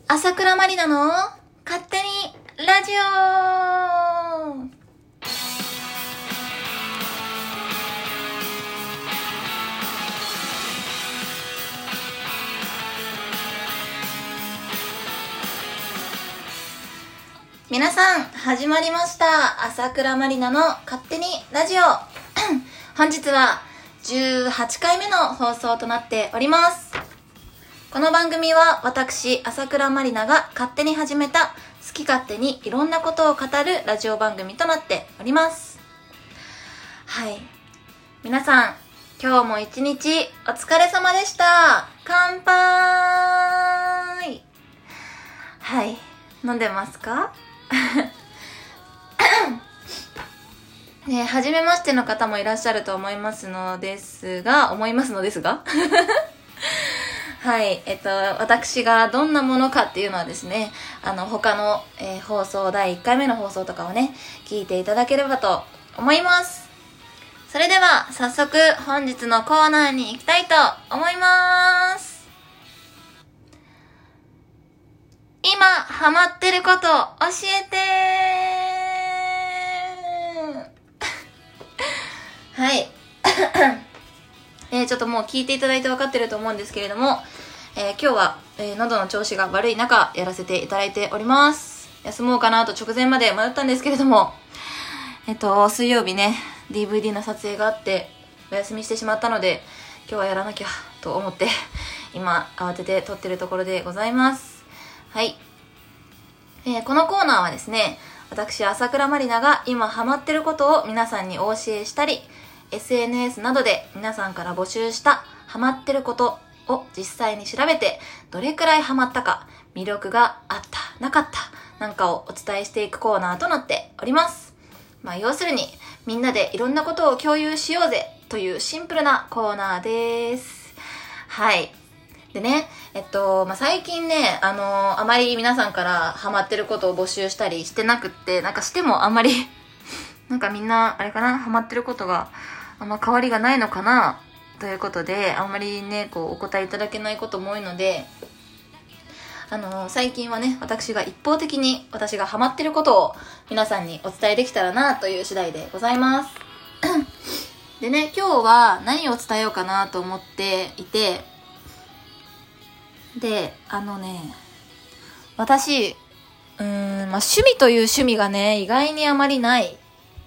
朝倉まりなの勝手にラジオ。皆さん始まりました。朝倉まりなの勝手にラジオ本日は18回目の放送となっております。この番組は私朝倉まりなが勝手に始めた好き勝手にいろんなことを語るラジオ番組となっております。はい、皆さん今日も一日お疲れ様でした。乾杯。はい、飲んでますか？ね、初めましての方もいらっしゃると思いますのですがはい、私がどんなものかっていうのはですね、他の、放送第1回目の放送とかをね聞いていただければと思います。それでは早速本日のコーナーに行きたいと思います。今ハマってること教えてはいちょっともう聞いていただいて分かってると思うんですけれども、今日は、喉の調子が悪い中やらせていただいております。休もうかなと直前まで迷ったんですけれども、水曜日ね DVD の撮影があってお休みしてしまったので、今日はやらなきゃと思って今慌てて撮ってるところでございます。はい、このコーナーはですね、私朝倉まりなが今ハマってることを皆さんにお教えしたり、 SNS などで皆さんから募集したハマってることを実際に調べて、どれくらいハマったか、魅力があったなかったなんかをお伝えしていくコーナーとなっております。要するにみんなでいろんなことを共有しようぜというシンプルなコーナーです。はい。でね、最近ね、あまり皆さんからハマってることを募集したりしてなくって、なんかしてもあんまりなんかみんなあれかな、ハマってることがあんま変わりがないのかなということで、あんまりねこうお答えいただけないことも多いので、最近はね私が一方的に私がハマってることを皆さんにお伝えできたらなという次第でございますでね、今日は何を伝えようかなと思っていて、で私趣味という趣味がね意外にあまりない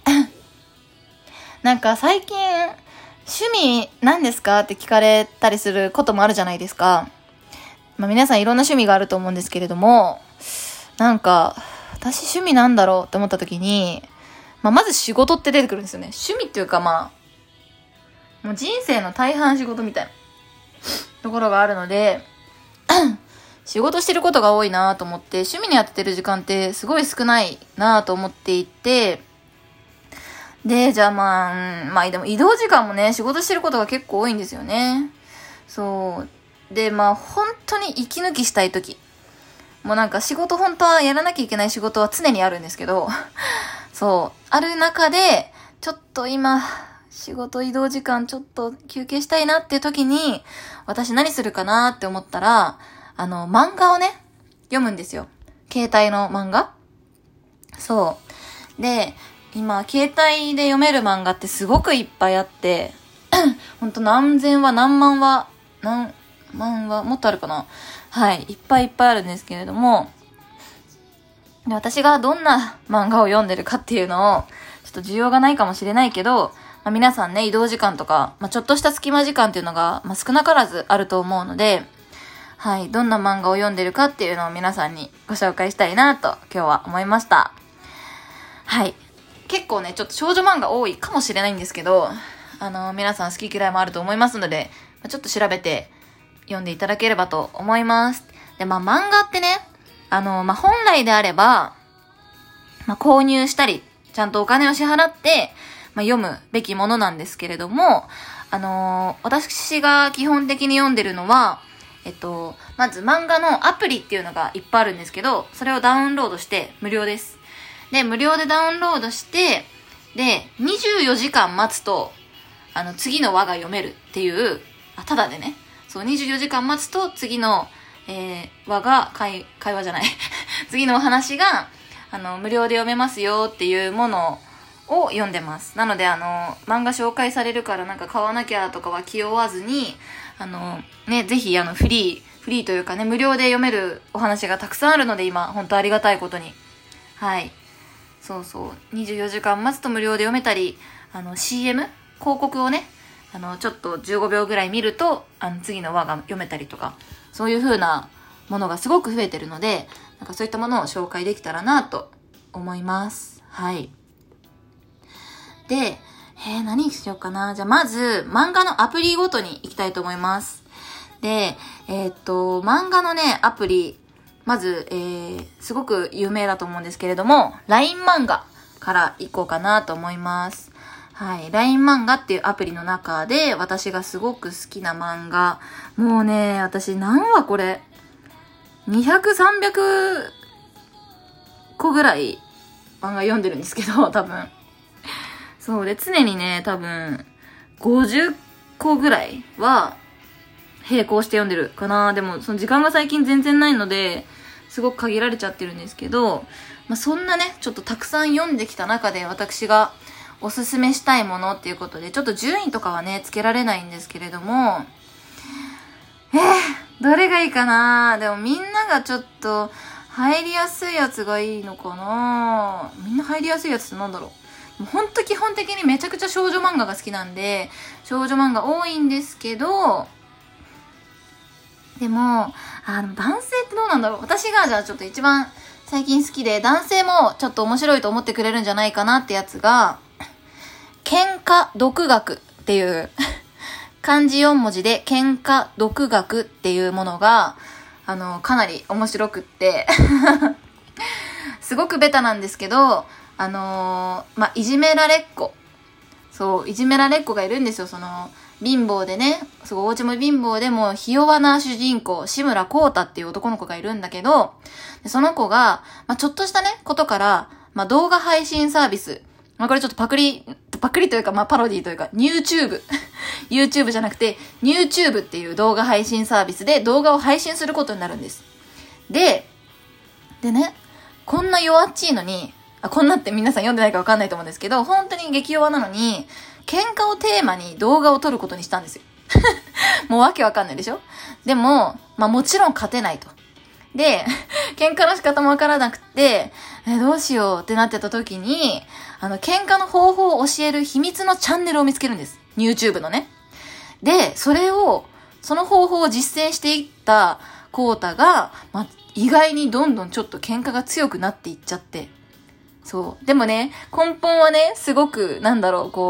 なんか最近趣味何ですかって聞かれたりすることもあるじゃないですか。皆さんいろんな趣味があると思うんですけれども、なんか私趣味なんだろうって思った時に、まず仕事って出てくるんですよね。趣味っていうかもう人生の大半仕事みたいなところがあるので仕事してることが多いなと思って、趣味に当ててる時間ってすごい少ないなと思っていて、で、じゃあでも移動時間もね、仕事してることが結構多いんですよね。そう。で、本当に息抜きしたいとき。もうなんか仕事本当はやらなきゃいけない仕事は常にあるんですけど、そう。ある中で、ちょっと今、仕事移動時間ちょっと休憩したいなっていう時に、私何するかなって思ったら、漫画をね、読むんですよ。携帯の漫画？そう。で、今、携帯で読める漫画ってすごくいっぱいあって、ほんと何千話、何万話、何万話、もっとあるかな？はい、いっぱいいっぱいあるんですけれども、で私がどんな漫画を読んでるかっていうのを、ちょっと需要がないかもしれないけど、皆さんね、移動時間とか、ちょっとした隙間時間っていうのが、少なからずあると思うので、はい、どんな漫画を読んでるかっていうのを皆さんにご紹介したいなと今日は思いました。はい。結構ね、ちょっと少女漫画多いかもしれないんですけど、皆さん好き嫌いもあると思いますので、ちょっと調べて読んでいただければと思います。で、漫画ってね、本来であれば、購入したり、ちゃんとお金を支払って、読むべきものなんですけれども、私が基本的に読んでるのは、まず漫画のアプリっていうのがいっぱいあるんですけど、それをダウンロードして無料です。で、無料でダウンロードして、で、24時間待つと、次の話が読めるっていう、ただでね、そう、24時間待つと次の、 会話じゃない。次のお話が、無料で読めますよっていうものを読んでます。なので漫画紹介されるからなんか買わなきゃとかは気負わずに、ぜひフリーというかね、無料で読めるお話がたくさんあるので今、本当ありがたいことに。はい。そうそう。24時間待つと無料で読めたり、CM? 広告をね、ちょっと15秒ぐらい見ると、次の話が読めたりとか、そういう風なものがすごく増えてるので、なんかそういったものを紹介できたらなと思います。はい。で、何にしようかな。じゃあまず、漫画のアプリごとに行きたいと思います。で、漫画のね、アプリ、まず、すごく有名だと思うんですけれども、LINE 漫画から行こうかなと思います。はい。LINE 漫画っていうアプリの中で、私がすごく好きな漫画。もうね、私何話これ ?200、300個ぐらい漫画読んでるんですけど、多分。そうで、常にね、多分、50個ぐらいは、並行して読んでるかな。でも、その時間が最近全然ないので、すごく限られちゃってるんですけど、そんなね、ちょっとたくさん読んできた中で、私がおすすめしたいものっていうことで、ちょっと順位とかはね、つけられないんですけれども、どれがいいかな。でもみんながちょっと、入りやすいやつがいいのかな。みんな入りやすいやつってなんだろう。ほんと基本的にめちゃくちゃ少女漫画が好きなんで、少女漫画多いんですけど、でも男性ってどうなんだろう。私がじゃあちょっと一番最近好きで、男性もちょっと面白いと思ってくれるんじゃないかなってやつが、喧嘩独学っていう漢字4文字で喧嘩独学っていうものがかなり面白くってすごくベタなんですけど、いじめられっ子、そういじめられっ子がいるんですよ。貧乏でね、すごいお家も貧乏でもひ弱な主人公、志村光太っていう男の子がいるんだけど、その子が、ちょっとしたね、ことから、動画配信サービス、これちょっとパクリというか、パロディというか、YouTube じゃなくて、YouTube っていう動画配信サービスで動画を配信することになるんです。でね、こんな弱っちいのに、こんなって皆さん読んでないかわかんないと思うんですけど、本当に激弱なのに、喧嘩をテーマに動画を撮ることにしたんですよ。もうわけわかんないでしょ。でも、もちろん勝てないと。で、喧嘩の仕方もわからなくて、どうしようってなってた時に、喧嘩の方法を教える秘密のチャンネルを見つけるんです。YouTube のね。で、その方法を実践していったコータが、意外にどんどんちょっと喧嘩が強くなっていっちゃって。そう。でもね、根本はね、すごく、なん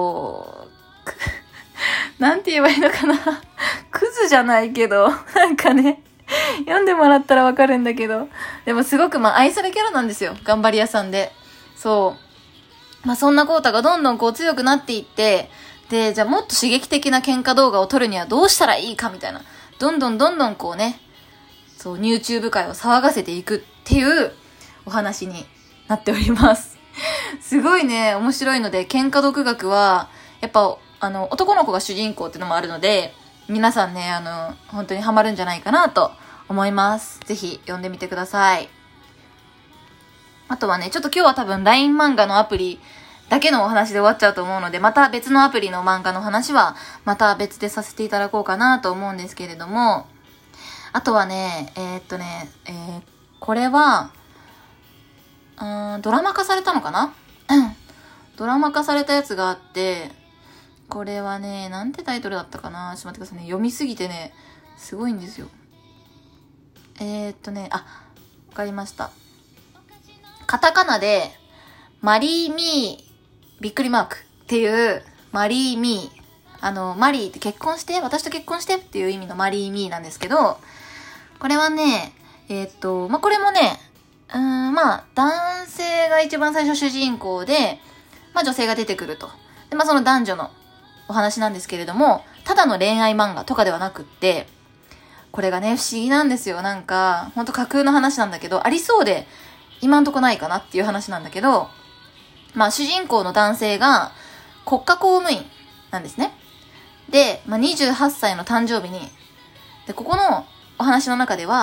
て言えばいいのかな。クズじゃないけど、なんかね、読んでもらったらわかるんだけど、でもすごく愛されキャラなんですよ。頑張り屋さんで。そう。そんなコータがどんどん強くなっていって、で、じゃあもっと刺激的な喧嘩動画を撮るにはどうしたらいいかみたいな。どんどんそう、YouTube 界を騒がせていくっていうお話になっております。すごいね、面白いので、喧嘩独学は、やっぱ、男の子が主人公っていうのもあるので、皆さんね、本当にハマるんじゃないかなと思います。ぜひ読んでみてください。あとはね、ちょっと今日は多分 LINE 漫画のアプリだけのお話で終わっちゃうと思うので、また別のアプリの漫画の話は、また別でさせていただこうかなと思うんですけれども、あとはね、これは、ドラマ化されたのかなドラマ化されたやつがあって、これはね、なんてタイトルだったかな。ちょっと待ってくださいね。読みすぎてね、すごいんですよ。わかりました。カタカナで、マリーミー、びっくりマークっていう、マリーミー。マリーって私と結婚してっていう意味のマリーミーなんですけど、これはね、これもね、男性が一番最初主人公で、女性が出てくると。で、その男女のお話なんですけれども、ただの恋愛漫画とかではなくって、これがね、不思議なんですよ。ほんと架空の話なんだけど、ありそうで、今んとこないかなっていう話なんだけど、主人公の男性が国家公務員なんですね。で、28歳の誕生日に、で、ここのお話の中では、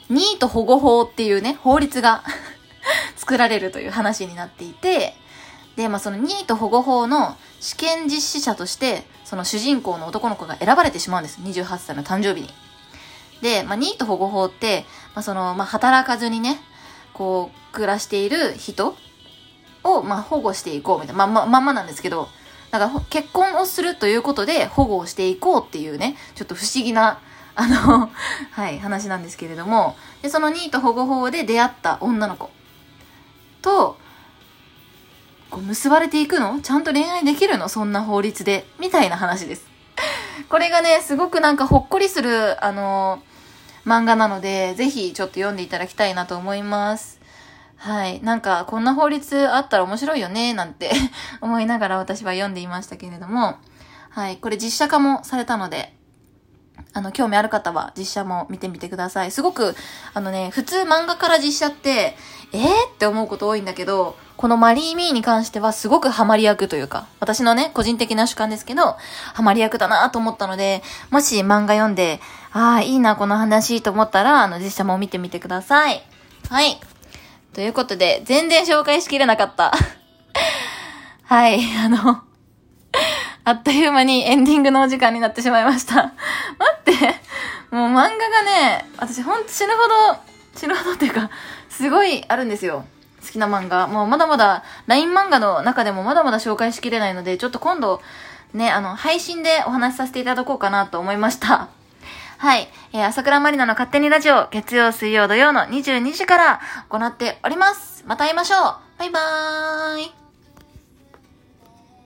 ニート保護法っていうね、法律が作られるという話になっていて、で、そのニート保護法の試験実施者として、その主人公の男の子が選ばれてしまうんです。28歳の誕生日に。で、ニート保護法って、働かずにね、こう、暮らしている人を、保護していこうみたいな、まんまなんですけど、だから結婚をするということで保護をしていこうっていうね、ちょっと不思議な、はい、話なんですけれども、で、そのニート保護法で出会った女の子と、こう結ばれていくの？ちゃんと恋愛できるの？そんな法律で。みたいな話です。これがね、すごくほっこりする、漫画なので、ぜひちょっと読んでいただきたいなと思います。はい。こんな法律あったら面白いよね、なんて思いながら私は読んでいましたけれども、はい。これ実写化もされたので、興味ある方は実写も見てみてください。すごく、普通漫画から実写って、って思うこと多いんだけど、このマリー・ミーに関してはすごくハマり役というか、私のね、個人的な主観ですけど、ハマり役だなと思ったので、もし漫画読んで、いいな、この話と思ったら、実写も見てみてください。はい。ということで、全然紹介しきれなかった。はい、あっという間にエンディングのお時間になってしまいました。待って、もう漫画がね、私ほんと死ぬほどっていうか、すごいあるんですよ。好きな漫画。もうまだまだ、LINE 漫画の中でもまだまだ紹介しきれないので、ちょっと今度、ね、配信でお話しさせていただこうかなと思いました。はい。朝倉まりなの勝手にラジオ、月曜、水曜、土曜の22時から行っております。また会いましょう。バイバーイ。